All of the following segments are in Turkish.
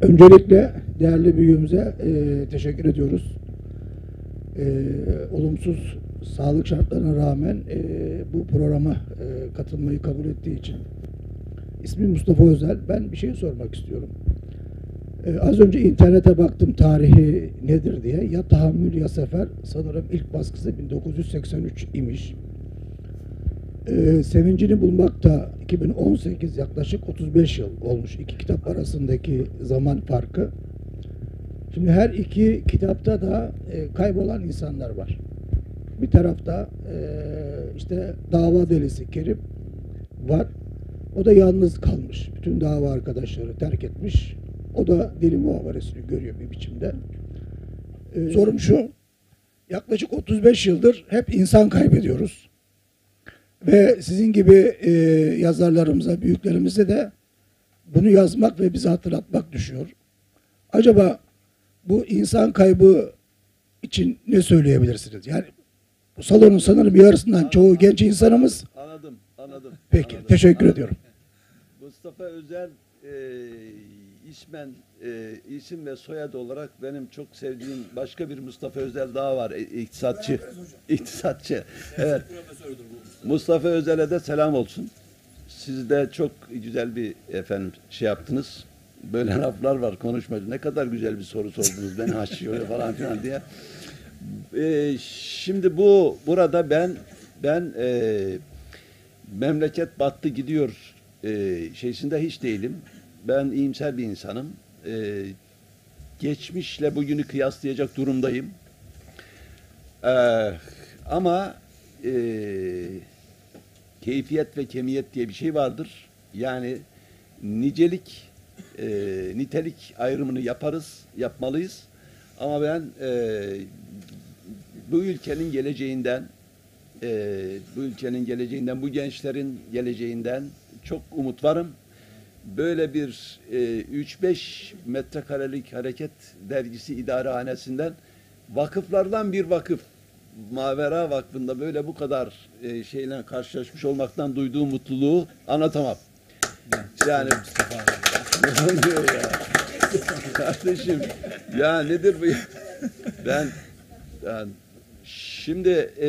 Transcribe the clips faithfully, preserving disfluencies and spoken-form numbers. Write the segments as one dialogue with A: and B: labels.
A: Öncelikle değerli büyüğümüze e, teşekkür ediyoruz. E, olumsuz sağlık şartlarına rağmen e, bu programa e, katılmayı kabul ettiği için. İsmim Mustafa Özel. Ben bir şey sormak istiyorum. E, az önce internete baktım tarihi nedir diye. Ya Tahammül Ya Sefer, sanırım ilk baskısı bin dokuz yüz seksen üç imiş. E, sevincini bulmakta iki bin on sekiz, yaklaşık otuz beş yıl olmuş iki kitap arasındaki zaman farkı. Şimdi her iki kitapta da e, kaybolan insanlar var. Bir tarafta e, işte dava delisi Kerim var. O da yalnız kalmış. Bütün dava arkadaşları terk etmiş. O da deli muhaberesini görüyor bir biçimde. E, sorum şu. Yaklaşık otuz beş yıldır hep insan kaybediyoruz. Ve sizin gibi e, yazarlarımıza, büyüklerimize de bunu yazmak ve bize hatırlatmak düşüyor. Acaba bu insan kaybı için ne söyleyebilirsiniz? Yani bu salonun sanırım yarısından anladım, çoğu genç insanımız.
B: Anladım, anladım.
A: Peki,
B: anladım,
A: teşekkür
B: anladım.
A: ediyorum.
B: Mustafa Özel e, ismen, e, isim ve soyadı olarak benim çok sevdiğim başka bir Mustafa Özel daha var. E, iktisatçı. İktisatçı. Evet. Mustafa Özel'e de selam olsun. Siz de çok güzel bir efendim şey yaptınız. Böyle laflar var konuşmacı. Ne kadar güzel bir soru sordunuz. Beni haşlıyor falan filan diye. Ee, şimdi bu burada ben ben e, memleket battı gidiyor e, şeysinde hiç değilim. Ben iyimser bir insanım. E, geçmişle bugünü kıyaslayacak durumdayım. E, ama e, keyfiyet ve kemiyet diye bir şey vardır. Yani nicelik, e, nitelik ayrımını yaparız, yapmalıyız. Ama ben e, bu ülkenin geleceğinden, e, bu ülkenin geleceğinden, bu gençlerin geleceğinden çok umut varım. Böyle bir e, üç beş metrekarelik Hareket Dergisi idarehanesinden, vakıflardan bir vakıf, Mavera Vakfı'nda böyle bu kadar e, şeyle karşılaşmış olmaktan duyduğum mutluluğu anlatamam. Yani ne oluyor ya? Kardeşim ya nedir bu? Ben yani şimdi e,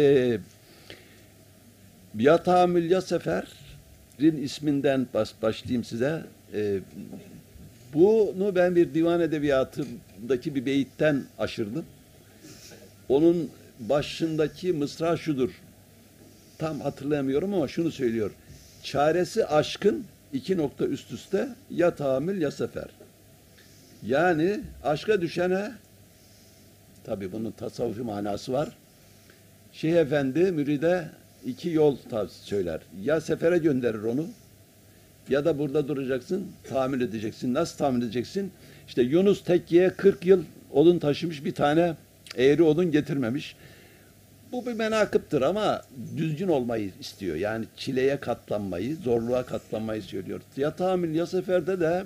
B: Ya Tahammül Ya Sefer'in isminden baş, başlayayım size. E, bunu ben bir divan edebiyatındaki bir beyitten aşırdım. Onun başındaki mısra şudur. Tam hatırlayamıyorum ama şunu söylüyor. Çaresi aşkın iki nokta üst üste ya tahammül ya sefer. Yani aşka düşene, tabi bunun tasavvufi manası var. Şeyh Efendi müride iki yol söyler. Ya sefere gönderir onu ya da burada duracaksın, tahammül edeceksin. Nasıl tahammül edeceksin? İşte Yunus Tekke'ye kırk yıl odun taşımış, bir tane eğri odun getirmemiş. Bu bir menakıptır ama düzgün olmayı istiyor. Yani çileye katlanmayı, zorluğa katlanmayı söylüyor. Ya tahammül ya seferde de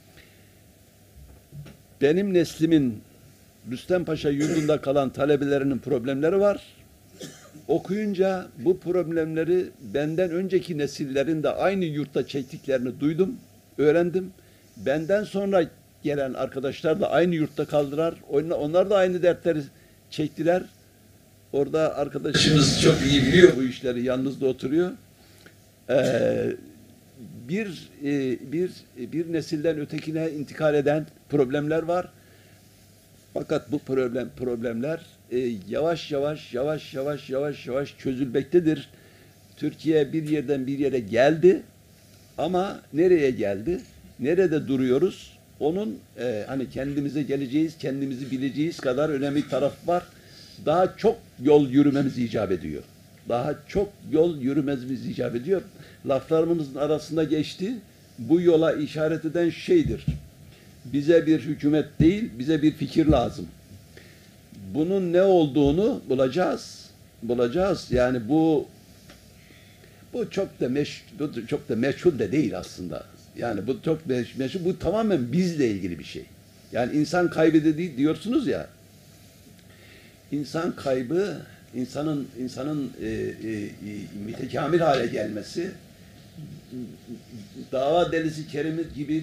B: benim neslimin Rüstem Paşa yurdunda kalan talebelerinin problemleri var. Okuyunca bu problemleri benden önceki nesillerin de aynı yurtta çektiklerini duydum, öğrendim. Benden sonra gelen arkadaşlar da aynı yurtta kaldılar. Onlar da aynı dertleri çektiler. Orada arkadaşımız çok iyi biliyor bu işleri, yalnız da oturuyor. Ee, bir e, bir bir nesilden ötekine intikal eden problemler var. Fakat bu problem problemler e, yavaş yavaş yavaş yavaş yavaş yavaş çözülmektedir. Türkiye bir yerden bir yere geldi ama nereye geldi? Nerede duruyoruz? Onun e, hani kendimize geleceğiz, kendimizi bileceğiz kadar önemli taraf var. Daha çok yol yürümemiz icap ediyor. Daha çok yol yürümemiz icap ediyor. Laflarımızın arasında geçti. Bu yola işaret eden şeydir. Bize bir hükümet değil, bize bir fikir lazım. Bunun ne olduğunu bulacağız. Bulacağız. Yani bu bu çok da meş, bu çok da meşhur de değil aslında. Yani bu çok meşhur. Bu tamamen bizle ilgili bir şey. Yani insan kaybedildi diyorsunuz ya. İnsan kaybı, insanın insanın e, e, e, mütekamil hale gelmesi, dava delisi Kerim gibi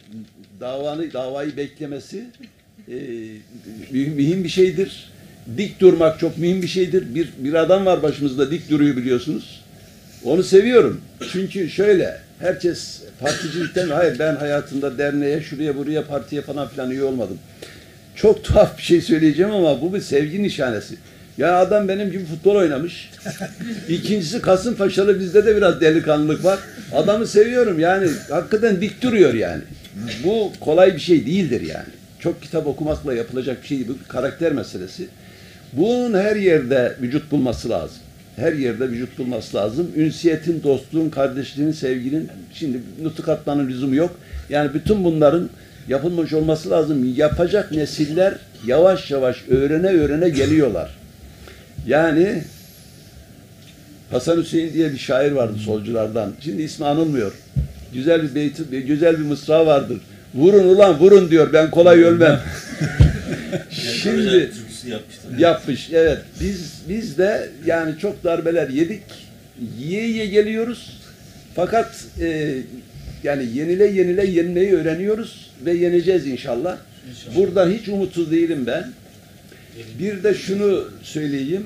B: davanı davayı beklemesi e, mühim bir şeydir. Dik durmak çok mühim bir şeydir. Bir bir adam var başımızda dik duruyor biliyorsunuz. Onu seviyorum. Çünkü şöyle, herkes particilikten, hayır ben hayatımda derneğe, şuraya buraya, partiye falan filan üye olmadım. Çok tuhaf bir şey söyleyeceğim ama bu bir sevgi nişanesi. Ya adam benim gibi futbol oynamış. İkincisi Kasımpaşalı, bizde de biraz delikanlılık var. Adamı seviyorum yani. Hakikaten dik duruyor yani. Bu kolay bir şey değildir yani. Çok kitap okumakla yapılacak bir şey değil. Bu bir karakter meselesi. Bunun her yerde vücut bulması lazım. Her yerde vücut bulması lazım. Ünsiyetin, dostluğun, kardeşliğin, sevginin, şimdi nutuk atmanın lüzumu yok. Yani bütün bunların yapılmış olması lazım. Yapacak nesiller yavaş yavaş öğrene öğrene geliyorlar. Yani Hasan Hüseyin diye bir şair vardı solculardan. Şimdi ismi anılmıyor. Güzel bir beyti, güzel bir mısra vardır. Vurun ulan vurun diyor. Ben kolay ölmem. Şimdi yapmış. Evet. Biz biz de yani çok darbeler yedik. Yiye yiye geliyoruz. Fakat e, yani yenile yenile yenmeyi öğreniyoruz ve yeneceğiz inşallah. İnşallah. Burada hiç umutsuz değilim ben. Bir de şunu söyleyeyim.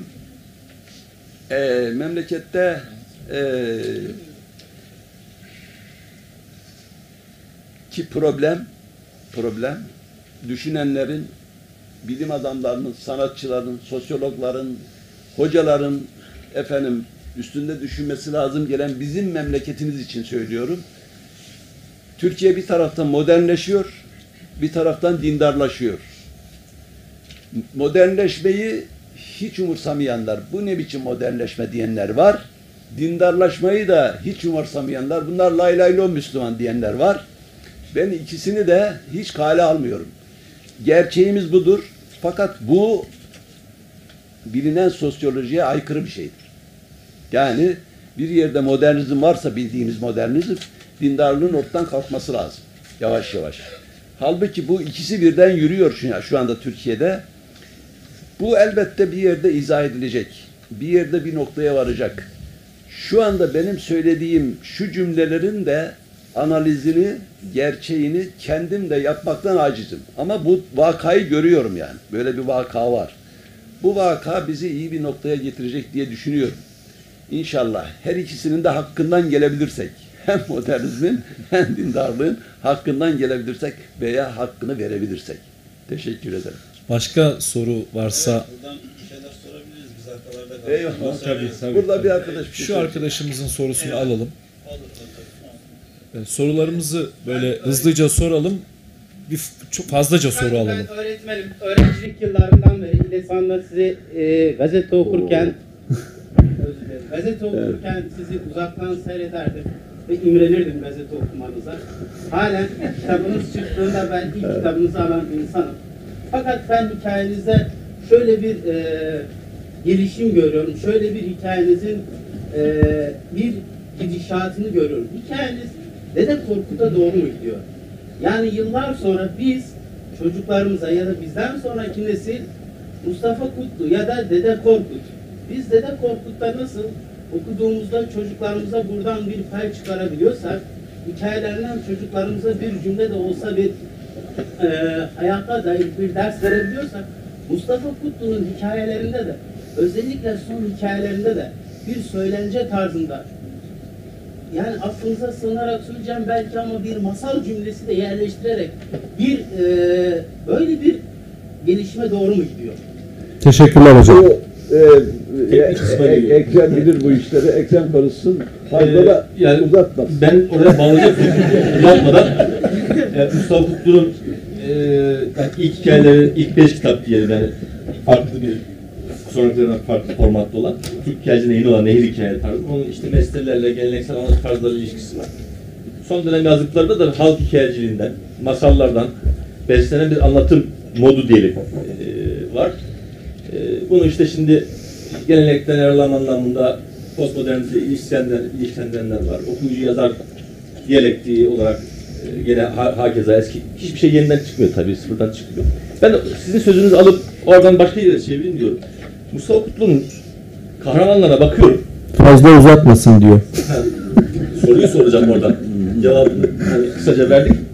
B: E, memlekette e, ki problem problem düşünenlerin, bilim adamlarının, sanatçıların, sosyologların, hocaların efendim üstünde düşünmesi lazım gelen bizim memleketimiz için söylüyorum. Türkiye bir taraftan modernleşiyor, bir taraftan dindarlaşıyor. Modernleşmeyi hiç umursamayanlar, bu ne biçim modernleşme diyenler var. Dindarlaşmayı da hiç umursamayanlar, bunlar lay lay lon Müslüman diyenler var. Ben ikisini de hiç kale almıyorum. Gerçeğimiz budur. Fakat bu bilinen sosyolojiye aykırı bir şeydir. Yani bir yerde modernizm varsa, bildiğimiz modernizm, dindarlığın ortadan kalkması lazım. Yavaş yavaş. Halbuki bu ikisi birden yürüyor şu, şu anda Türkiye'de. Bu elbette bir yerde izah edilecek. Bir yerde bir noktaya varacak. Şu anda benim söylediğim şu cümlelerin de analizini, gerçeğini kendim de yapmaktan acizim. Ama bu vakayı görüyorum yani. Böyle bir vaka var. Bu vaka bizi iyi bir noktaya getirecek diye düşünüyorum. İnşallah her ikisinin de hakkından gelebilirsek, hem modernizmin hem dindarlığın hakkından gelebilirsek veya hakkını verebilirsek. Teşekkür ederim.
C: Başka soru varsa...
D: Evet, buradan bir şeyler sorabiliriz. Biz arkalarda kaldık.
B: Eyvallah.
C: Tabii, tabii,
B: Burada
C: tabii.
B: bir arkadaş... Bir
C: Şu
B: şey
C: arkadaşımızın sorusunu
D: Evet.
C: alalım.
D: Olur, olur, olur.
C: Yani sorularımızı böyle hızlıca soralım. Bir f- çok fazlaca soru
E: Ben,
C: alalım.
E: ben öğretmenim. Öğrencilik yıllarından beri İlesan'da sizi e, gazete okurken özür dilerim, gazete okurken sizi uzaktan seyrederdim ve imrenirdim gazete okumanıza. Halen kitabınız çıktığında ben ilk kitabınızı alan bir insanım. Fakat ben hikayenizde şöyle bir e, gelişim görüyorum. Şöyle bir hikayenizin e, bir gidişatını görüyorum. Hikayeniz Dede Korkut'a doğru mu gidiyor? Yani yıllar sonra biz çocuklarımıza ya da bizden sonraki nesil Mustafa Kutlu ya da Dede Korkut. Biz Dede Korkut'ta nasıl okuduğumuzda çocuklarımıza buradan bir pay çıkarabiliyorsak, hikayelerinden çocuklarımıza bir cümle de olsa bir e, hayata dair bir ders verebiliyorsak, Mustafa Kutlu'nun hikayelerinde de, özellikle son hikayelerinde de bir söylence tarzında, yani aklınıza sığınarak söyleyeceğim belki ama bir masal cümlesi de yerleştirerek bir e, böyle bir gelişime doğru mu gidiyor?
C: Teşekkürler hocam.
B: Bu, e, e, e, Ekrem bilir bu işleri. Ekrem konuşsun. Fazla da
F: Ee, yani
B: uzatmasın.
F: Ben oraya bağlayacağım. Uzatmadan e, Mustafa Kutlu'nun e, yani ilk hikayeleri, ilk beş kitap diyelim yani farklı bir sonrakilerden farklı formatlı olan Türk hikayeciliğine yeni olan nehir hikayeleri tarzı. Onun işte meslelerle, geleneksel anlatı tarzlarıyla ilişkisi var. Son dönem yazdıklarında da halk hikayeciliğinden, masallardan beslenen bir anlatım modu diyelim e, var. E, bunu işte şimdi gelenekten yararlanma anlamında postmodernite ilişkilendiren, ilişkilendirenler var. Okuyucu yazar diyalektiği olarak e, gene ha, hakeza eski hiçbir şey yeniden çıkmıyor tabii, sıfırdan çıkmıyor. Ben sizin sözünüzü alıp oradan başka yere çevireyim diyorum. Mustafa Kutlu'nun kahramanlarına bakıyorum.
C: Fazla uzatmasın diyor.
F: Soruyu soracağım oradan. Cevabını hani kısaca verdik.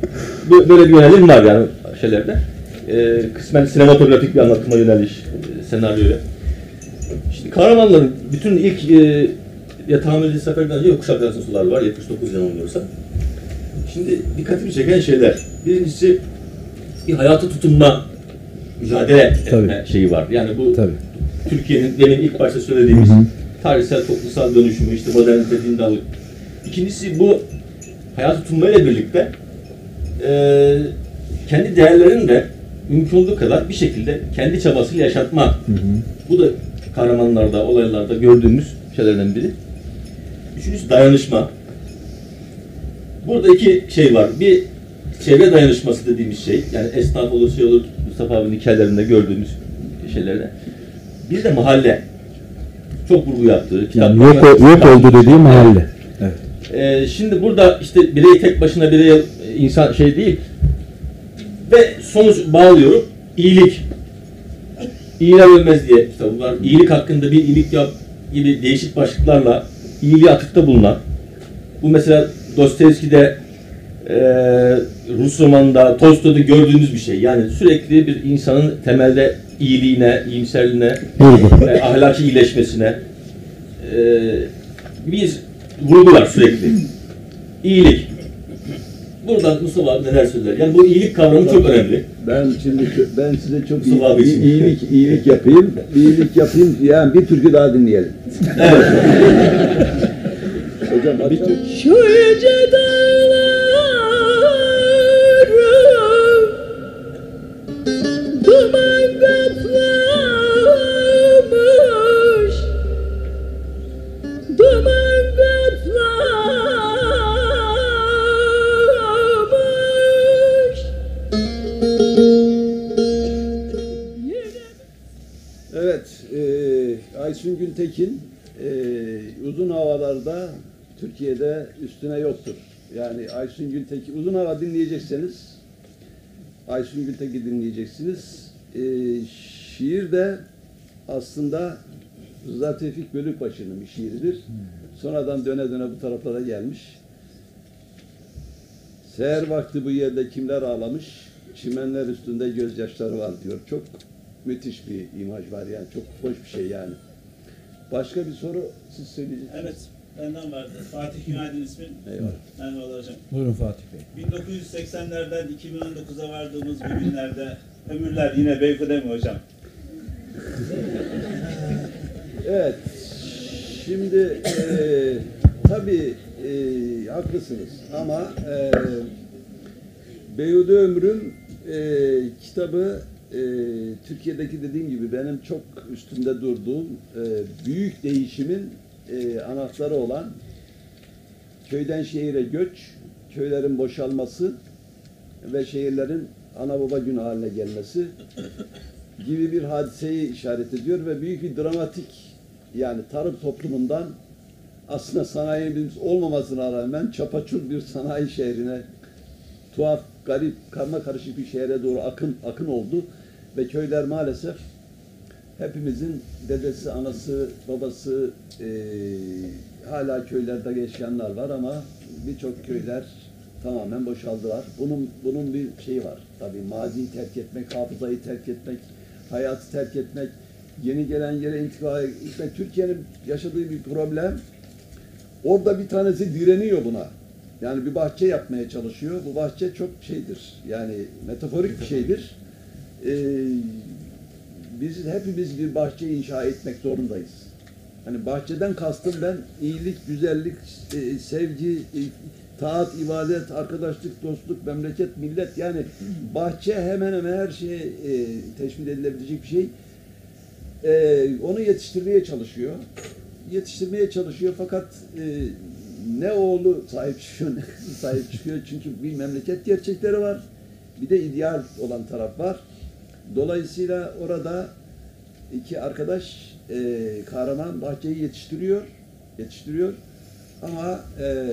F: bu- böyle bir yönelim var yani şeylerde. Ee, kısmen sinematografik bir anlatıma yöneliş, e, senaryoya. Şimdi kahramanların bütün ilk e, ya tahammül edildiği seferden önce yokuş akan sular var, yetmiş dokuz yanılmıyorsam. Şimdi dikkatimi çeken şeyler. Birincisi bir hayata tutunma, mücadele etme
C: Tabii.
F: şeyi var. Yani bu
C: Tabii.
F: Türkiye'nin demin ilk başta söylediğimiz tarihsel toplumsal dönüşümü, işte modernite, dindarlık. İkincisi bu hayata tutunmayla birlikte e, kendi değerlerini de mümkün olduğu kadar bir şekilde kendi çabasıyla yaşatma. Bu da kahramanlarda, olaylarda gördüğümüz şeylerden biri. Üçüncüsü dayanışma. Burada iki şey var. Bir çevre dayanışması dediğimiz şey. Yani esnaf olur, şey olur, Mustafa abinin hikayelerinde gördüğümüz şeylerde. Bir de mahalle. Çok vurgu yaptığı.
G: Yani yok, o- yok oldu dediği mahalle. Evet.
F: Ee, şimdi burada işte birey tek başına birey insan şey değil. Ve sonuç bağlıyorum. İyilik. İyiler ölmez diye kitabı var. İyilik hakkında bir iyilik yap gibi değişik başlıklarla iyiliğe atıfta bulunan. Bu mesela Dostoyevski'de e, Rus romanında, Tolstoy'da gördüğümüz bir şey. Yani sürekli bir insanın temelde iyiliğine, iyimserliğine, e, ahlaki iyileşmesine e, biz vurgular sürekli. İyilik. Buradan Mustafa abi neler söyler? Yani bu iyilik kavramı çok önemli.
B: Ben şimdi ben size çok iyi,
F: Mustafa abi için.
B: iyi- iyilik iyilik yapayım. iyilik yapayım. Yani bir türkü daha dinleyelim. Hocam bir türkü.
H: Şu yüce dağlarım duman kaplamış, duman kaplamış.
B: Evet, e, Aysun Gültekin e, uzun havalarda Türkiye'de üstüne yoktur. Yani Aysun Gültekin, uzun hava dinleyecekseniz Aysun Gültekin dinleyeceksiniz. E, şiir de aslında Rıza Tevfik Bölükbaşı'nın bir şiiridir. Sonradan döne döne bu taraflara gelmiş. Seher vakti bu yerde kimler ağlamış, çimenler üstünde gözyaşları var diyor. Çok müthiş bir imaj var yani, çok hoş bir şey yani. Başka bir soru siz söyleyeceksiniz.
D: Evet, benden vardı. Fatih Günaydın ismim.
B: Eyvallah.
D: Merhaba hocam.
C: Buyurun Fatih Bey.
D: bin dokuz yüz seksenlerden iki bin on dokuza vardığımız bu günlerde ömürler yine beyhude mi hocam?
B: Evet, şimdi e, tabii e, haklısınız ama e, Beyhude Ömrüm e, kitabı e, Türkiye'deki dediğim gibi benim çok üstünde durduğum e, büyük değişimin e, anahtarı olan köyden şehire göç, köylerin boşalması ve şehirlerin ana baba günü haline gelmesi gibi bir hadiseyi işaret ediyor ve büyük bir dramatik, yani tarım toplumundan aslında sanayimiz olmamasına rağmen çapaçul bir sanayi şehrine, tuhaf, garip, karma karışık bir şehre doğru akın akın oldu ve köyler maalesef hepimizin dedesi, anası, babası e, hala köylerde yaşayanlar var ama birçok köyler tamamen boşaldılar. Bunun bunun bir şeyi var. Tabii maziyi terk etmek, hafızayı terk etmek, hayatı terk etmek, yeni gelen yere intikal etmek. Türkiye'nin yaşadığı bir problem. Orada bir tanesi direniyor buna. Yani bir bahçe yapmaya çalışıyor. Bu bahçe çok şeydir. Yani metaforik bir şeydir. Ee, biz hepimiz bir bahçe inşa etmek zorundayız. Hani bahçeden kastım ben iyilik, güzellik, e, sevgi, e, taat, ibadet, arkadaşlık, dostluk, memleket, millet. Yani bahçe hemen hemen her şeye e, teşmil edilebilecek bir şey. E, onu yetiştirmeye çalışıyor. Yetiştirmeye çalışıyor fakat e, ne oğlu sahip çıkıyor ne kızı sahip çıkıyor. Çünkü bir memleket gerçekleri var. Bir de ideal olan taraf var. Dolayısıyla orada iki arkadaş e, kahraman bahçeyi yetiştiriyor. Yetiştiriyor. Ama e,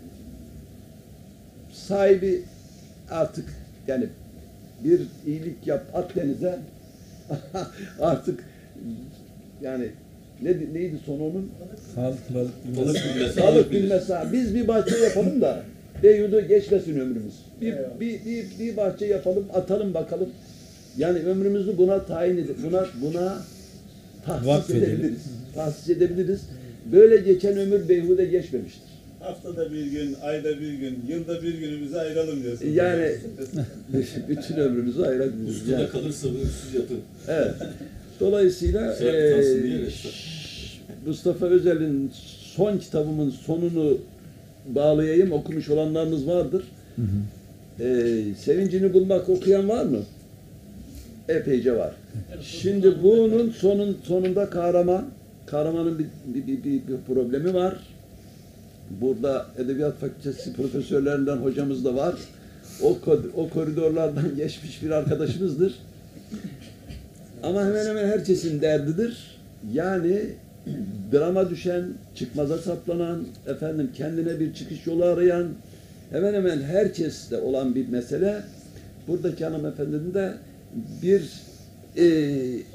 B: sahibi artık yani bir iyilik yap at denize artık yani ne, neydi son onun?
C: Sağlık balık
F: Balık bilmesi,
B: Sağlık bilmesi. Biz bir bahçe yapalım da Beyhude geçmesin ömrümüz. Bir, bir, bir, bir bahçe yapalım, atalım bakalım. Yani ömrümüzü buna tayin edip, buna, buna tahsis
C: Vakfedelim.
B: edebiliriz. Tahsis edebiliriz. Böyle geçen ömür beyhude geçmemiştir.
D: Haftada bir gün, ayda bir gün, yılda bir günümüzü ayıralım diyorsunuz.
B: Yani bütün ömrümüzü ayırabiliriz.
F: Ustada
B: Yani.
F: kalırsa bu üstsüz yatın.
B: Evet. Dolayısıyla
F: Şey,
B: eee,
F: kalsın diye de.
B: Mustafa Özel'in son kitabımın sonunu bağlayayım. Okumuş olanlarınız vardır. Eee, sevincini bulmak okuyan var mı? Epeyce var. Şimdi bunun sonun sonunda kahraman, kahramanın bir, bir, bir, bir, bir problemi var. Burada Edebiyat Fakültesi profesörlerinden hocamız da var. O, kod- o koridorlardan geçmiş bir arkadaşımızdır. Ama hemen hemen herkesin derdidir. Yani drama düşen, çıkmaza saplanan, efendim kendine bir çıkış yolu arayan, hemen hemen herkeste olan bir mesele. Buradaki hanımefendinin de bir e,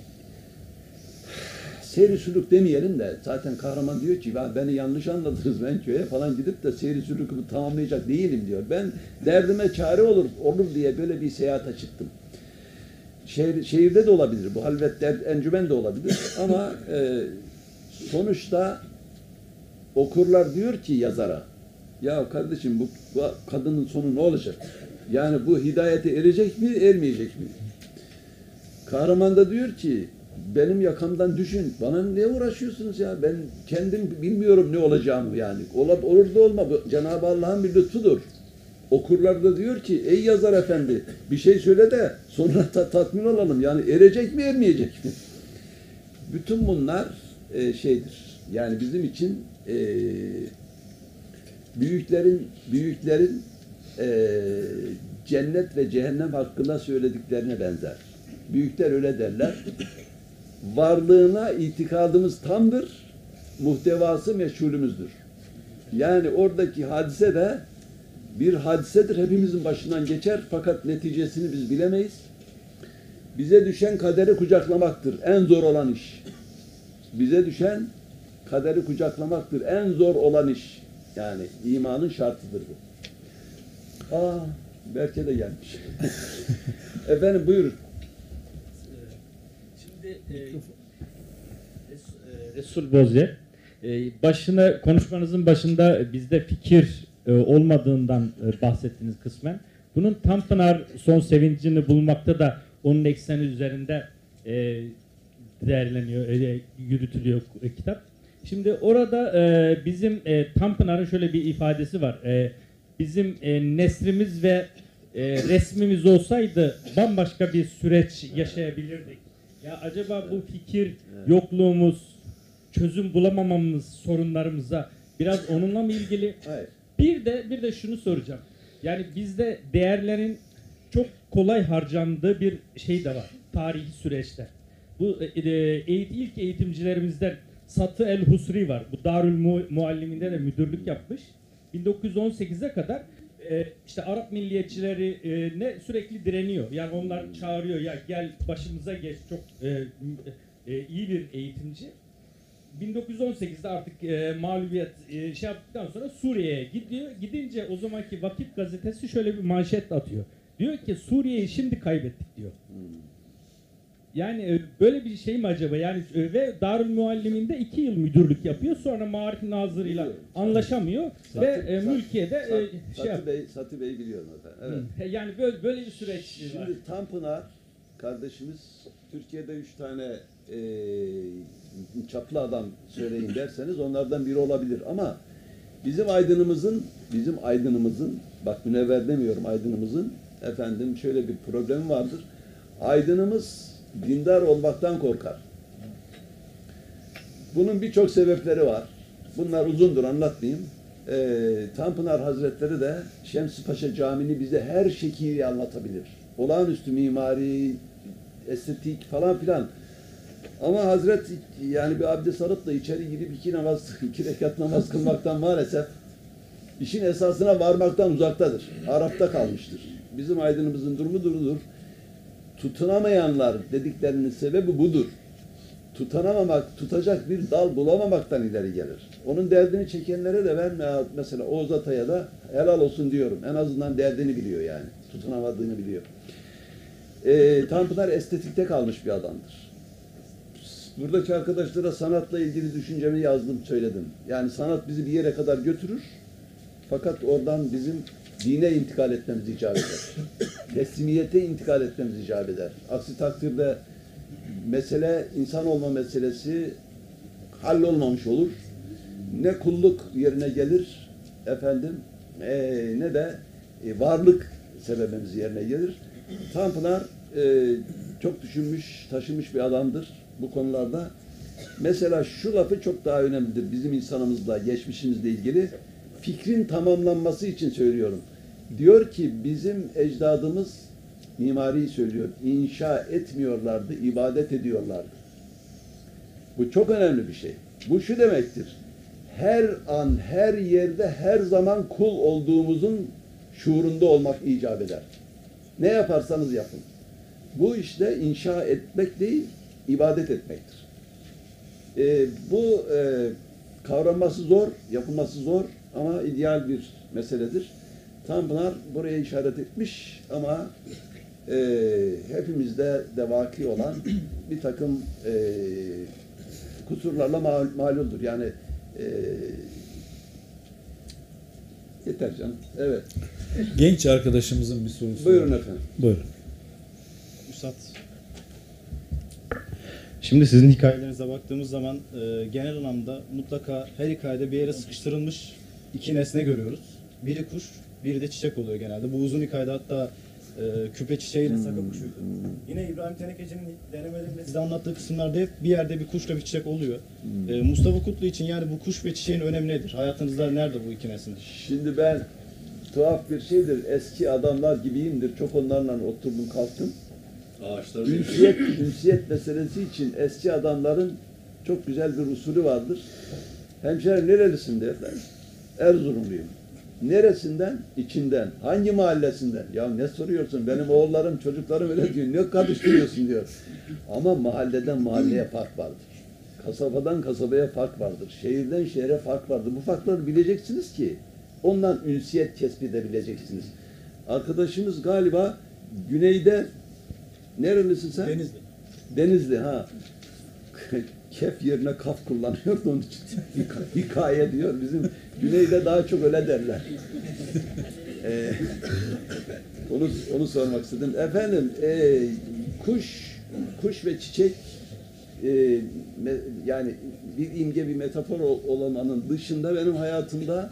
B: seyri sülük demeyelim de zaten kahraman diyor ki "Ya beni yanlış anladınız, ben köye falan gidip de seyri sülükümü tamamlayacak değilim" diyor. Ben derdime çare olur olur diye böyle bir seyahate çıktım. Şehir, şehirde de olabilir, bu halvet der, encümen de olabilir ama e, sonuçta okurlar diyor ki yazara, ya kardeşim bu, bu kadının sonu ne olacak? Yani bu hidayete erecek mi, ermeyecek mi? Kahraman da diyor ki benim yakamdan düşün, bana ne uğraşıyorsunuz ya? Ben kendim bilmiyorum ne olacağımı yani. Ola, olur da olma, bu Cenab-ı Allah'ın bir lütfudur. Okurlar da diyor ki ey yazar efendi bir şey söyle de sonra ta tatmin olalım. Yani erecek mi, ermeyecek mi? Bütün bunlar e, şeydir. Yani bizim için e, büyüklerin büyüklerin e, cennet ve cehennem hakkında söylediklerine benzer. Büyükler öyle derler. Varlığına itikadımız tamdır, muhtevası meşhulümüzdür. Yani oradaki hadise de bir hadisedir, hepimizin başından geçer fakat neticesini biz bilemeyiz. Bize düşen kaderi kucaklamaktır, en zor olan iş. Bize düşen kaderi kucaklamaktır, en zor olan iş. Yani imanın şartıdır bu. Aa, Berke de gelmiş. Efendim buyurun.
I: Şimdi e, Res- e, Resul Bozyer, e, başına konuşmanızın başında bizde fikir e, olmadığından e, bahsettiniz kısmen. Bunun Tanpınar son sevincini bulmakta da onun ekseni üzerinde e, değerleniyor, e, yürütülüyor e, kitap. Şimdi orada e, bizim e, Tanpınar'ın şöyle bir ifadesi var. E, bizim e, nesrimiz ve e, resmimiz olsaydı bambaşka bir süreç yaşayabilirdik. Ya acaba bu fikir yokluğumuz, çözüm bulamamamız sorunlarımıza biraz onunla mı ilgili?
B: Hayır.
I: Bir de bir de şunu soracağım. Yani bizde değerlerin çok kolay harcandığı bir şey de var tarihi süreçte. Bu e, e, eğit, ilk eğitimcilerimizden Satı El Husri var. Bu Darül Mu Mualliminde de müdürlük yapmış. bin dokuz yüz on sekize kadar e, işte Arap milliyetçileri e, ne sürekli direniyor. Yani onlar çağırıyor ya gel başımıza geç, çok e, e, iyi bir eğitimci. bin dokuz yüz on sekizde artık e, mağlubiyet e, şey yaptıktan sonra Suriye'ye gidiyor. Gidince o zamanki Vakit gazetesi şöyle bir manşet atıyor. Diyor ki Suriye'yi şimdi kaybettik diyor. Yani e, böyle bir şey mi acaba? Yani e, ve Darül Muallim'inde iki yıl müdürlük yapıyor. Sonra Maarif Nazırı'yla anlaşamıyor
B: Satı-
I: ve e,
B: Satı-
I: mülkiyede e,
B: Satı,
I: şey yap-
B: Satı Bey, Satı Bey biliyorum efendim. Evet.
I: Hı. Yani böyle böyle bir süreç var.
B: Şimdi Tanpınar kardeşimiz Türkiye'de üç tane e, çaplı adam söyleyin derseniz onlardan biri olabilir ama bizim aydınımızın bizim aydınımızın bak münevver demiyorum aydınımızın efendim şöyle bir problemi vardır. Aydınımız dindar olmaktan korkar. Bunun birçok sebepleri var. Bunlar uzundur anlatmayayım. Ee, Tanpınar Hazretleri de Şems-i Paşa Camii'ni bize her şekilde anlatabilir. Olağanüstü mimari, estetik falan filan. Ama Hazret yani bir abdest alıp da içeri girip iki namaz, iki rekat namaz kılmaktan maalesef işin esasına varmaktan uzaktadır. Arap'ta kalmıştır. Bizim aydınımızın durumu durudur. Tutunamayanlar dediklerinin sebebi budur. tutanamamak, tutacak bir dal bulamamaktan ileri gelir. Onun derdini çekenlere de ben mesela Oğuz Atay'a da helal olsun diyorum. En azından derdini biliyor yani. Tutunamadığını biliyor. Ee, Tanpınar estetikte kalmış bir adamdır. Buradaki arkadaşlara sanatla ilgili düşüncemi yazdım, söyledim. Yani sanat bizi bir yere kadar götürür. Fakat oradan bizim dine intikal etmemiz icap eder. Teslimiyete intikal etmemiz icap eder. Aksi takdirde mesele, insan olma meselesi hallolmamış olur. Ne kulluk yerine gelir, efendim, e, ne de e, varlık sebebimiz yerine gelir. Tanpınar e, çok düşünmüş, taşımış bir adamdır bu konularda. Mesela şu lafı çok daha önemlidir bizim insanımızla, geçmişimizle ilgili. Fikrin tamamlanması için söylüyorum. Diyor ki bizim ecdadımız, mimariyi söylüyor, inşa etmiyorlardı, ibadet ediyorlardı. Bu çok önemli bir şey. Bu şu demektir: her an, her yerde, her zaman kul olduğumuzun şuurunda olmak icap eder. Ne yaparsanız yapın. Bu işte inşa etmek değil, ibadet etmektir. Ee, bu e, kavranması zor, yapılması zor ama ideal bir meseledir. Tanpınar buraya işaret etmiş ama e, hepimizde de vaki olan bir takım e, kusurlarla mal, malumdur. Yani e, yeter canım. Evet.
C: Genç arkadaşımızın bir sorusu
B: Buyurun
C: var.
B: efendim.
C: Buyurun.
J: Üstad. Şimdi sizin hikayelerinize baktığımız zaman e, genel anlamda mutlaka her hikayede bir yere sıkıştırılmış iki nesne görüyoruz. Biri kuş, biri de çiçek oluyor genelde. Bu uzun hikayede hatta e, küpe çiçeğiyle saka kuşuydu. Yine İbrahim Tenekeci'nin denemelerinde size anlattığı kısımlarda hep bir yerde bir kuşla bir çiçek oluyor. E, Mustafa Kutlu için yani bu kuş ve çiçeğin önemi nedir? Hayatınızda nerede bu iki nesne?
B: Şimdi ben tuhaf bir şeydir. Eski adamlar gibiyimdir. Çok onlarla oturdum kalktım.
F: Ağaçlar
B: Ünsiyet, ünsiyet meselesi için eski adamların çok güzel bir usulü vardır. Hemşerim nerelisin derler. Erzurumluyum. Neresinden? İçinden. Hangi mahallesinden? Ya ne soruyorsun? Benim oğullarım, çocuklarım öyle diyor. Ne karıştırıyorsun diyor. Ama mahalleden mahalleye fark vardır. Kasabadan kasabaya fark vardır. Şehirden şehre fark vardır. Bu farkları bileceksiniz ki ondan ünsiyet tespit edebileceksiniz. Arkadaşımız galiba güneyde, nerelisin sen?
J: Denizli.
B: Denizli ha. Kef yerine kaf kullanıyor da onun için hikaye diyor. Bizim güneyde daha çok öyle derler. Ee, onu onu sormak istedim. Efendim e, kuş kuş ve çiçek e, me, yani bir imge, bir metafor olmanın dışında benim hayatımda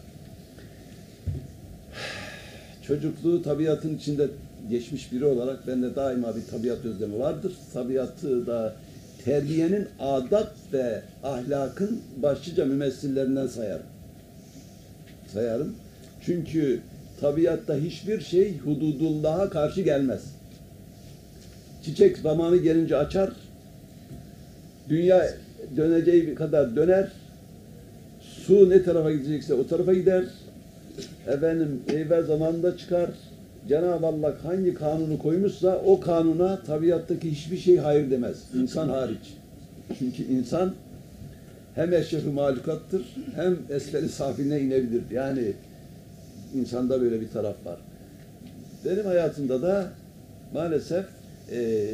B: çocukluğu tabiatın içinde geçmiş biri olarak bende daima bir tabiat özlemi vardır. Tabiatı da terbiyenin adab ve ahlakın başlıca mümessillerinden sayarım. Sayarım. Çünkü tabiatta hiçbir şey hududullah'a karşı gelmez. Çiçek zamanı gelince açar, dünya döneceği kadar döner, su ne tarafa gidecekse o tarafa gider, efendim meyve zamanında çıkar. Cenab-ı Allah hangi kanunu koymuşsa o kanuna tabiattaki hiçbir şey hayır demez. İnsan hariç. Çünkü insan hem eşrefi mahlukattır hem esferi safiline inebilir. Yani insanda böyle bir taraf var. Benim hayatımda da maalesef e,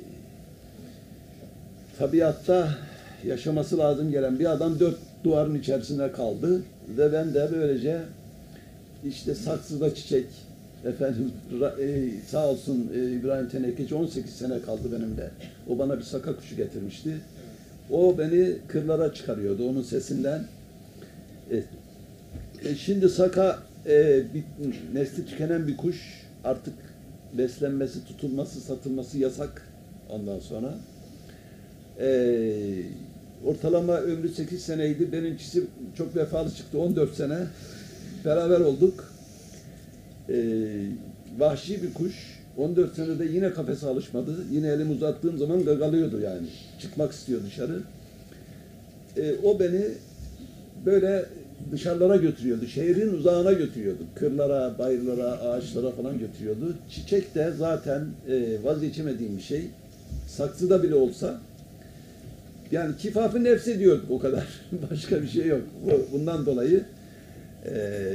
B: tabiatta yaşaması lazım gelen bir adam dört duvarın içerisinde kaldı ve ben de böylece işte saksıda çiçek, efendim e, sağ olsun e, İbrahim Tenekeci on sekiz sene kaldı benimle. O bana bir saka kuşu getirmişti. O beni kırlara çıkarıyordu onun sesinden. E, e, şimdi saka e, bir, nesli tükenen bir kuş, artık beslenmesi, tutulması, satılması yasak ondan sonra. E, ortalama ömrü sekiz seneydi. Benimkisi çok vefalı çıktı. on dört sene beraber olduk. Ee, vahşi bir kuş. on dört senede yine kafese alışmadı. Yine elimi uzattığım zaman gagalıyordu yani. Çıkmak istiyor dışarı. Ee, o beni böyle dışarılara götürüyordu. Şehrin uzağına götürüyordu. Kırlara, bayırlara, ağaçlara falan götürüyordu. Çiçek de zaten e, vazgeçemediğim bir şey. Saksıda bile olsa Yani kifafı nefsi diyorduk o kadar. Başka bir şey yok. Bu- Bundan dolayı eee,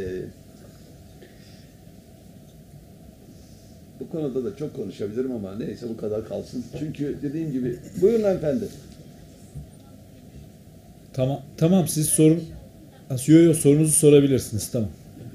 B: bu konuda da çok konuşabilirim ama neyse bu kadar kalsın. Çünkü dediğim gibi buyurun efendim.
C: Tamam, tamam siz sorun. Yo yo sorunuzu sorabilirsiniz. Tamam.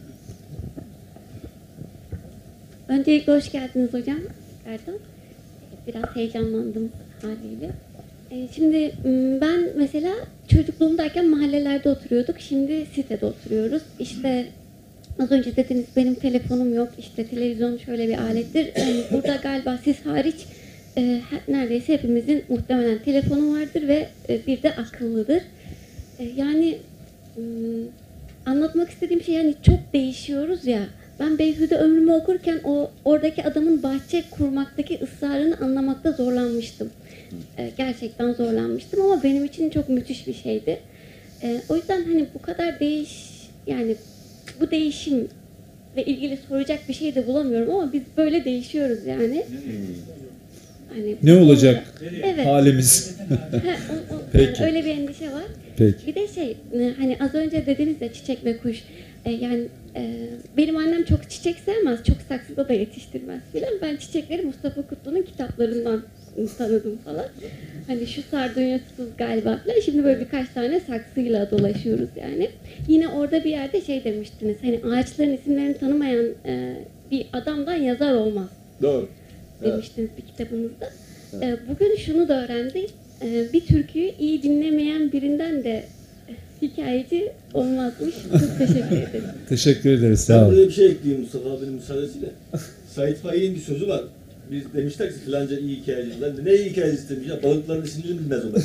K: Öncelikle hoş geldiniz hocam. Erdem. Biraz heyecanlandım haliyle. Ee, şimdi m, ben mesela çocukluğumdayken mahallelerde oturuyorduk. Şimdi sitede oturuyoruz. İşte az önce dediniz benim telefonum yok. İşte televizyon şöyle bir alettir. Yani burada galiba siz hariç e, he- neredeyse hepimizin muhtemelen telefonu vardır ve e, bir de akıllıdır. E, yani m, anlatmak istediğim şey yani çok değişiyoruz ya. Ben Beyhude Ömrümü okurken o oradaki adamın bahçe kurmaktaki ısrarını anlamakta zorlanmıştım. Ee, gerçekten zorlanmıştım ama benim için çok müthiş bir şeydi. Ee, o yüzden hani bu kadar değiş yani bu değişim ve ilgili soracak bir şey de bulamıyorum ama biz böyle değişiyoruz yani. Hani
C: Ne olacak
K: evet.
C: halimiz?
K: Ha, o- o-
C: Peki.
K: yani öyle bir endişe var.
C: Peki.
K: Bir de şey e, hani az önce dediniz ya çiçek ve kuş. E, yani e, benim annem çok çiçek sevmez, çok saksıda da yetiştirmez filan. Ben çiçekleri Mustafa Kutlu'nun kitaplarından tanıdım falan. Hani şu sardunyasız galiba falan. Şimdi böyle birkaç tane saksıyla dolaşıyoruz yani. Yine orada bir yerde şey demiştiniz. Hani ağaçların isimlerini tanımayan e, bir adamdan yazar olmaz
B: Doğru. Evet.
K: demiştiniz bir kitabınızda. E, bugün şunu da öğrendim. E, bir türküyü iyi dinlemeyen birinden de e, hikayeci olmazmış. Çok teşekkür ederim.
C: Teşekkür ederiz.
F: Ben
C: Sağ olun.
F: buraya bir şey ekleyeyim Mustafa abinin müsaadesiyle. Sait Faik'in bir sözü var. Biz demişler ki filanca iyi hikayeci. Lan ne iyi hikayecisi demiş ya, balıkların isimlerini bilmez o da demiş.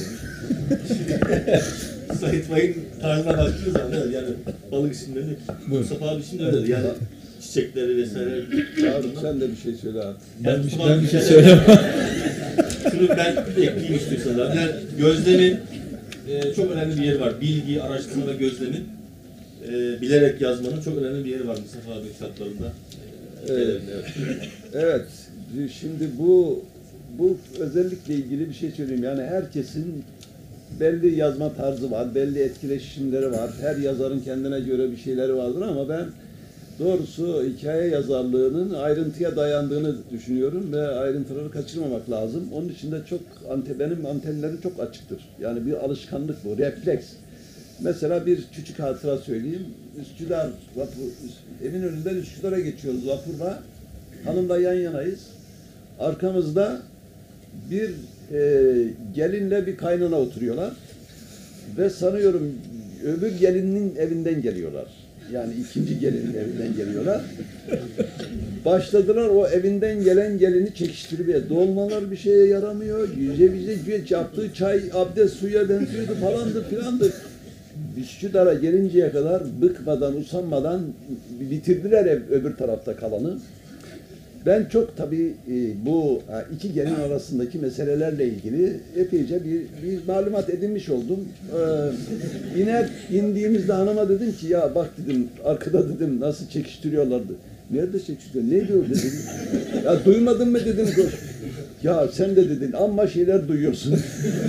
F: Sait Faik'in tarzına baktığınız zaman evet, yani balık isimlerini Mustafa abi şimdi öyle yani çiçekleri vesaire.
B: Abi sen de bir şey söyle abi.
C: Ben, bir-
F: Mustafa
C: ben
F: abi
C: bir şey
F: yani-
C: söylemem.
F: Şunu ben ekleyeyim istiyorsanız abi. Yani gözlemin e, çok önemli bir yeri var. Bilgi, araştırma ve gözlemin e, bilerek yazmanın çok önemli bir yeri var Mustafa abi kitaplarında. E,
B: Evet.
F: evet.
B: Evet. Şimdi bu bu özellikle ilgili bir şey söyleyeyim. Yani herkesin belli yazma tarzı var, belli etkileşimleri var. Her yazarın kendine göre bir şeyleri vardır ama ben doğrusu hikaye yazarlığının ayrıntıya dayandığını düşünüyorum ve ayrıntıları kaçırmamak lazım. Onun için de çok ante, benim antenlerim çok açıktır. Yani bir alışkanlık bu, refleks. Mesela bir küçük hatıra söyleyeyim. Üsküdar vapur, Eminönü'nden Üsküdar'a geçiyoruz vapurla. Hanımla yan yanayız. Arkamızda bir e, gelinle bir kaynana oturuyorlar. Ve sanıyorum öbür gelinin evinden geliyorlar. Yani ikinci gelinin evinden geliyorlar. Başladılar o evinden gelen gelini çekiştirmeye. Dolmalar bir şeye yaramıyor. Yüze bize yaptığı çay abdest suya benziyordu falandı filandı. Üsküdar'a gelinceye kadar bıkmadan, usanmadan bitirdiler ev, öbür tarafta kalanı. Ben çok tabii e, bu ha, iki gelin arasındaki meselelerle ilgili epeyce bir, bir malumat edinmiş oldum. Ee, iner indiğimizde hanıma dedim ki ya bak dedim arkada dedim nasıl çekiştiriyorlardı. Nerede çekiştiriyor? Ne diyor dedim. Ya duymadın mı dedim. Ya sen de dedin amma şeyler duyuyorsun.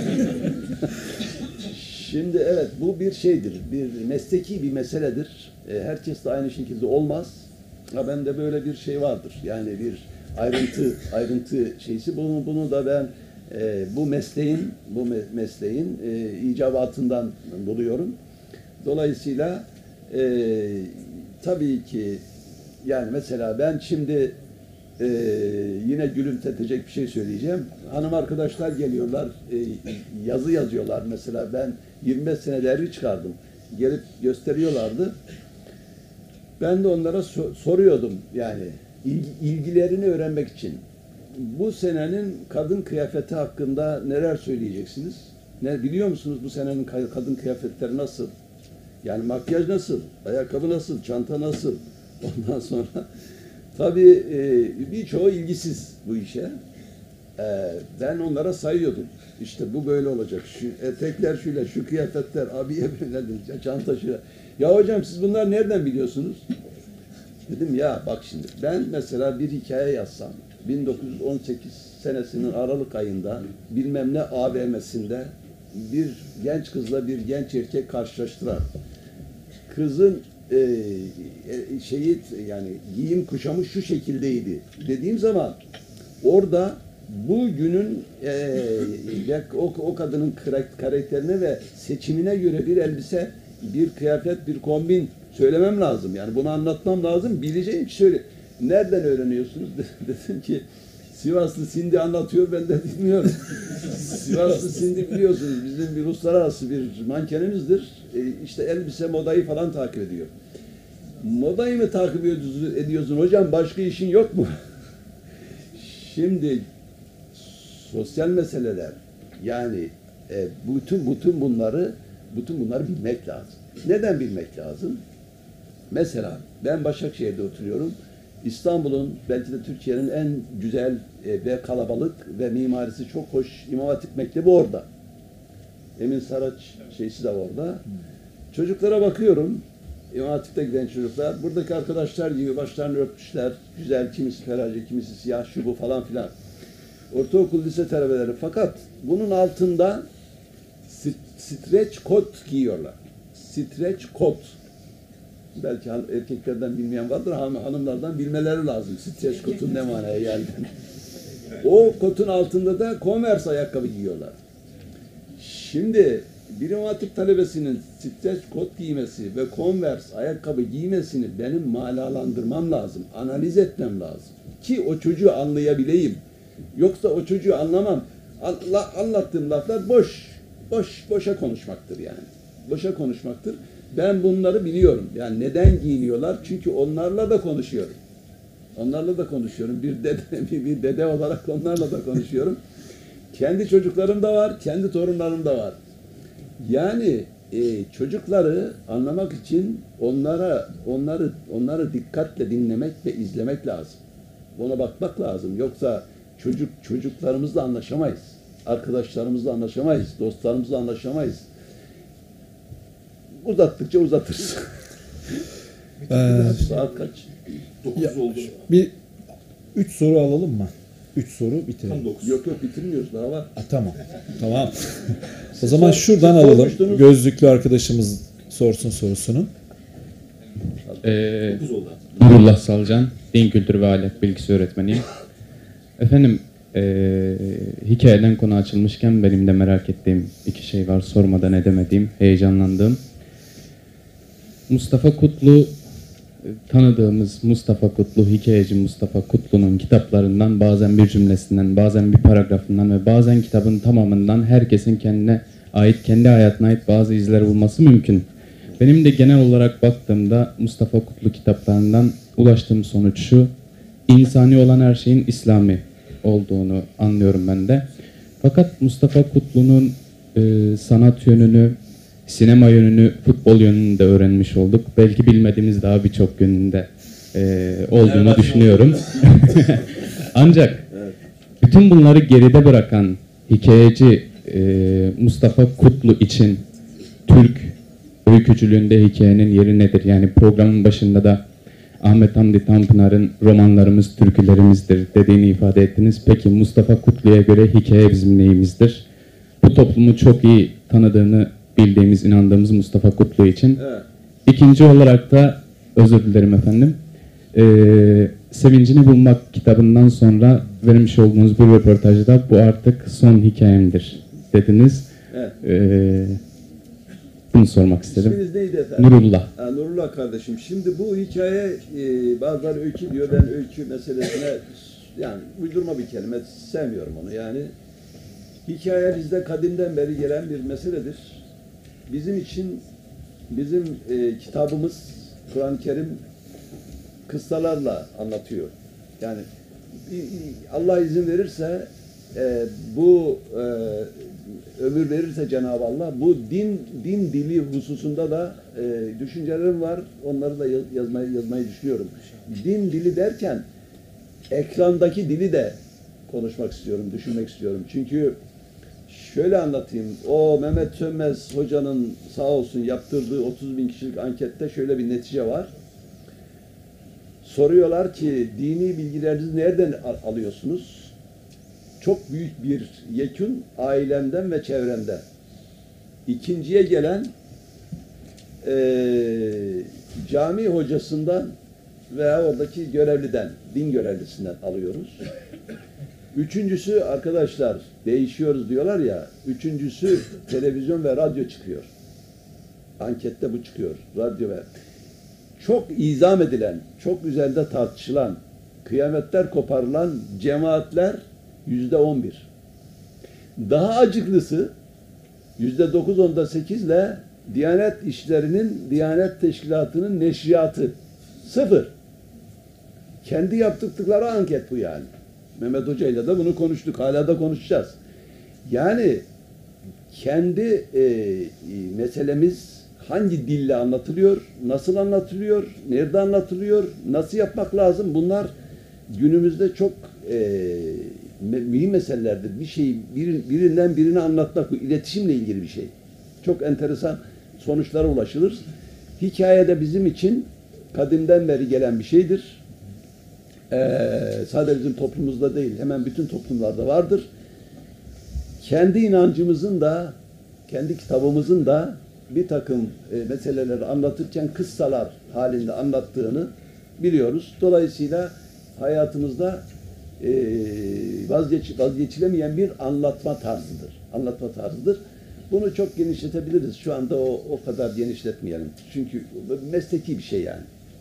B: Şimdi evet bu bir şeydir. Bir mesleki bir meseledir. E, herkes de aynı şekilde olmaz. Ha, ben de böyle bir şey vardır. Yani bir ayrıntı ayrıntı şeysi. Bunu bunu da ben e, bu mesleğin bu me mesleğin e, icabatından buluyorum. Dolayısıyla e, tabii ki yani mesela ben şimdi e, yine gülümsetecek bir şey söyleyeceğim. Hanım arkadaşlar geliyorlar, e, yazı yazıyorlar mesela. Ben yirmi beş sene dergi çıkardım. Gelip gösteriyorlardı. Ben de onlara so soruyordum yani ilgi, ilgilerini öğrenmek için. Bu senenin kadın kıyafeti hakkında neler söyleyeceksiniz? Ne biliyor musunuz bu senenin kadın kıyafetleri nasıl? Yani makyaj nasıl? Ayakkabı nasıl? Çanta nasıl? Ondan sonra tabii e, birçoğu ilgisiz bu işe. E, ben onlara sayıyordum. İşte bu böyle olacak. Şu etekler şöyle, şu kıyafetler, abiye böyle, çanta şöyle. Ya hocam siz bunları nereden biliyorsunuz? Dedim ya bak şimdi ben mesela bir hikaye yazsam bin dokuz yüz on sekiz senesinin Aralık ayında bilmem ne A V M'sinde bir genç kızla bir genç erkek karşılaştırar. Kızın e, e, şeyi yani giyim kuşamı şu şekildeydi dediğim zaman orada bugünün e, o, o kadının karakterine ve seçimine göre bir elbise, bir kıyafet, bir kombin söylemem lazım. Yani bunu anlatmam lazım. Bileceğim ki söyle. Nereden öğreniyorsunuz? Dedim ki Sivaslı Sindi anlatıyor, ben de bilmiyorum. Sivaslı Sindi biliyorsunuz bizim bir uluslararası bir mankenimizdir. E, işte elbise, modayı falan takip ediyor. Modayı mı takip ediyorsun hocam? Başka işin yok mu? Şimdi sosyal meseleler yani e, bütün bütün bunları bütün bunları bilmek lazım. Neden bilmek lazım? Mesela ben Başakşehir'de oturuyorum. İstanbul'un belki de Türkiye'nin en güzel e, ve kalabalık ve mimarisi çok hoş İmam Hatip Mektebi orada. Emin Saraç şeysi de orada. Çocuklara bakıyorum. İmam Hatip'te giden çocuklar. Buradaki arkadaşlar gibi başlarını örtmüşler. Güzel, kimisi ferace, kimisi siyah, şu bu falan filan. Ortaokul, lise talebeleri. Fakat bunun altında streç kot giyiyorlar. Streç kot. Belki erkeklerden bilmeyen vardır ama hanımlardan bilmeleri lazım. Streç kotun ne manaya geldiğini. O kotun altında da Converse ayakkabı giyiyorlar. Şimdi bir İmam Hatip talebesinin streç kot giymesi ve Converse ayakkabı giymesini benim malalandırmam lazım. Analiz etmem lazım. Ki o çocuğu anlayabileyim. Yoksa o çocuğu anlamam. Allah, anlattığım laflar boş. Boş, boşa konuşmaktır yani. Boşa konuşmaktır. Ben bunları biliyorum. Yani neden giyiniyorlar? Çünkü onlarla da konuşuyorum. Onlarla da konuşuyorum. Bir dede, bir, bir dede olarak onlarla da konuşuyorum. Kendi çocuklarım da var, kendi torunlarım da var. Yani e, çocukları anlamak için onlara onları onları dikkatle dinlemek ve izlemek lazım. Ona bakmak lazım. Yoksa çocuk çocuklarımızla anlaşamayız. Arkadaşlarımızla anlaşamayız. Dostlarımızla anlaşamayız. Uzattıkça uzatırız.
C: Ee,
B: Saat kaç?
C: dokuz oldu. Bir üç soru alalım mı? Üç soru bitirelim.
B: Yok yok bitirmiyoruz daha var.
C: Ha, tamam. Tamam. O zaman şuradan alalım. Gözlüklü arkadaşımız sorsun sorusunu.
L: Ee, Nurullah Salcan, Din Kültürü ve Ahlak Bilgisi öğretmeniyim. Efendim, ee, hikayeden konu açılmışken benim de merak ettiğim iki şey var. Sormadan edemediğim, heyecanlandığım. Mustafa Kutlu, tanıdığımız Mustafa Kutlu, hikayeci Mustafa Kutlu'nun kitaplarından bazen bir cümlesinden, bazen bir paragrafından ve bazen kitabın tamamından herkesin kendine ait, kendi hayatına ait bazı izler bulması mümkün. Benim de genel olarak baktığımda Mustafa Kutlu kitaplarından ulaştığım sonuç şu: insani olan her şeyin İslami olduğunu anlıyorum ben de. Fakat Mustafa Kutlu'nun e, sanat yönünü, sinema yönünü, futbol yönünü de öğrenmiş olduk. Belki bilmediğimiz daha birçok yönünde e, olduğunu düşünüyorum. Ancak bütün bunları geride bırakan hikayeci e, Mustafa Kutlu için Türk öykücülüğünde hikayenin yeri nedir? Yani programın başında da Ahmet Hamdi Tanpınar'ın romanlarımız türkülerimizdir dediğini ifade ettiniz. Peki Mustafa Kutlu'ya göre hikaye bizim neyimizdir? Bu toplumu çok iyi tanıdığını bildiğimiz, inandığımız Mustafa Kutlu için. Evet. İkinci olarak da, özür dilerim efendim, ee, Sevincini Bulmak kitabından sonra vermiş olduğunuz bir röportajda bu artık son hikayemdir dediniz. Evet. Ee, bunu sormak istedim.
B: İsminiz neydi efendim?
L: Nurullah.
B: Ha, Nurullah kardeşim. Şimdi bu hikaye e, bazıları öykü diyor. Ben öykü meselesine yani uydurma bir kelime, sevmiyorum onu yani. Hikaye bizde kadimden beri gelen bir meseledir. Bizim için bizim e, kitabımız Kur'an-ı Kerim kıssalarla anlatıyor. Yani Allah izin verirse e, bu e, ömür verirse Cenab-ı Allah bu din din dili hususunda da e, düşüncelerim var. Onları da yazmayı yazmayı düşünüyorum. Din dili derken ekrandaki dili de konuşmak istiyorum, düşünmek istiyorum. Çünkü şöyle anlatayım. O Mehmet Sönmez hocanın sağ olsun yaptırdığı otuz bin kişilik ankette şöyle bir netice var. Soruyorlar ki dini bilgilerinizi nereden alıyorsunuz? Çok büyük bir yekün ailemden ve çevremden. ikinciye gelen eee cami hocasından veya oradaki görevliden, din görevlisinden alıyoruz. Üçüncüsü arkadaşlar değişiyoruz diyorlar ya, üçüncüsü televizyon ve radyo çıkıyor. Ankette bu çıkıyor. Radyo ve çok izam edilen, çok üzerinde tartışılan, kıyametler koparılan cemaatler yüzde on bir. Daha acıklısı yüzde dokuz onda sekizle Diyanet işlerinin, Diyanet Teşkilatı'nın neşriyatı sıfır. Kendi yaptıkları anket bu yani. Mehmet Hoca ile de bunu konuştuk. Hala da konuşacağız. Yani kendi e, e, meselemiz hangi dille anlatılıyor, nasıl anlatılıyor, nerede anlatılıyor, nasıl yapmak lazım? Bunlar günümüzde çok e, mühim meselelerdir. Bir şeyi bir, birinden birine anlatmak, bu iletişimle ilgili bir şey. Çok enteresan sonuçlara ulaşılır. Hikaye de bizim için kadimden beri gelen bir şeydir. Ee, sadece bizim toplumumuzda değil, hemen bütün toplumlarda vardır. Kendi inancımızın da, kendi kitabımızın da bir takım e, meseleleri anlatırken kıssalar halinde anlattığını biliyoruz. Dolayısıyla hayatımızda e, vazgeç, vazgeçilemeyen bir anlatma tarzıdır. Anlatma tarzıdır. Bunu çok genişletebiliriz. Şu anda o, o kadar genişletmeyelim. Çünkü mesleki bir şey yani.